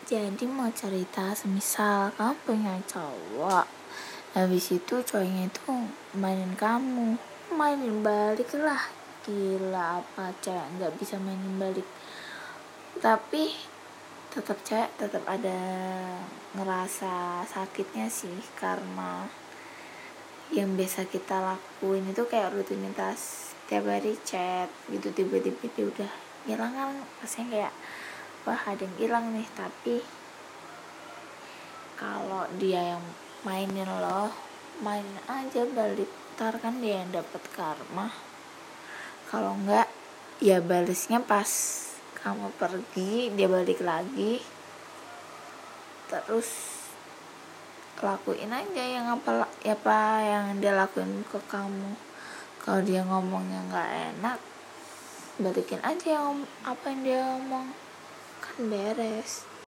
Jadi mau cerita, semisal kamu punya cowok, habis itu cowoknya itu mainin kamu, mainin balik lah. Gila, apa cewek nggak bisa mainin balik? Tapi tetap cewek tetap ada ngerasa sakitnya sih, karena yang biasa kita lakuin itu kayak rutinitas tiap hari chat gitu, tiba-tiba dia udah hilang kan, rasanya kayak wah ada yang hilang nih. Tapi kalau dia yang mainin lo, main aja balik, ntar kan dia yang dapet karma. Kalau enggak ya balesnya pas kamu pergi dia balik lagi. Terus lakuin aja yang apa yang dia lakuin ke kamu. Kalau dia ngomongnya nggak enak, balikin aja apa yang dia ngomong, kan beres.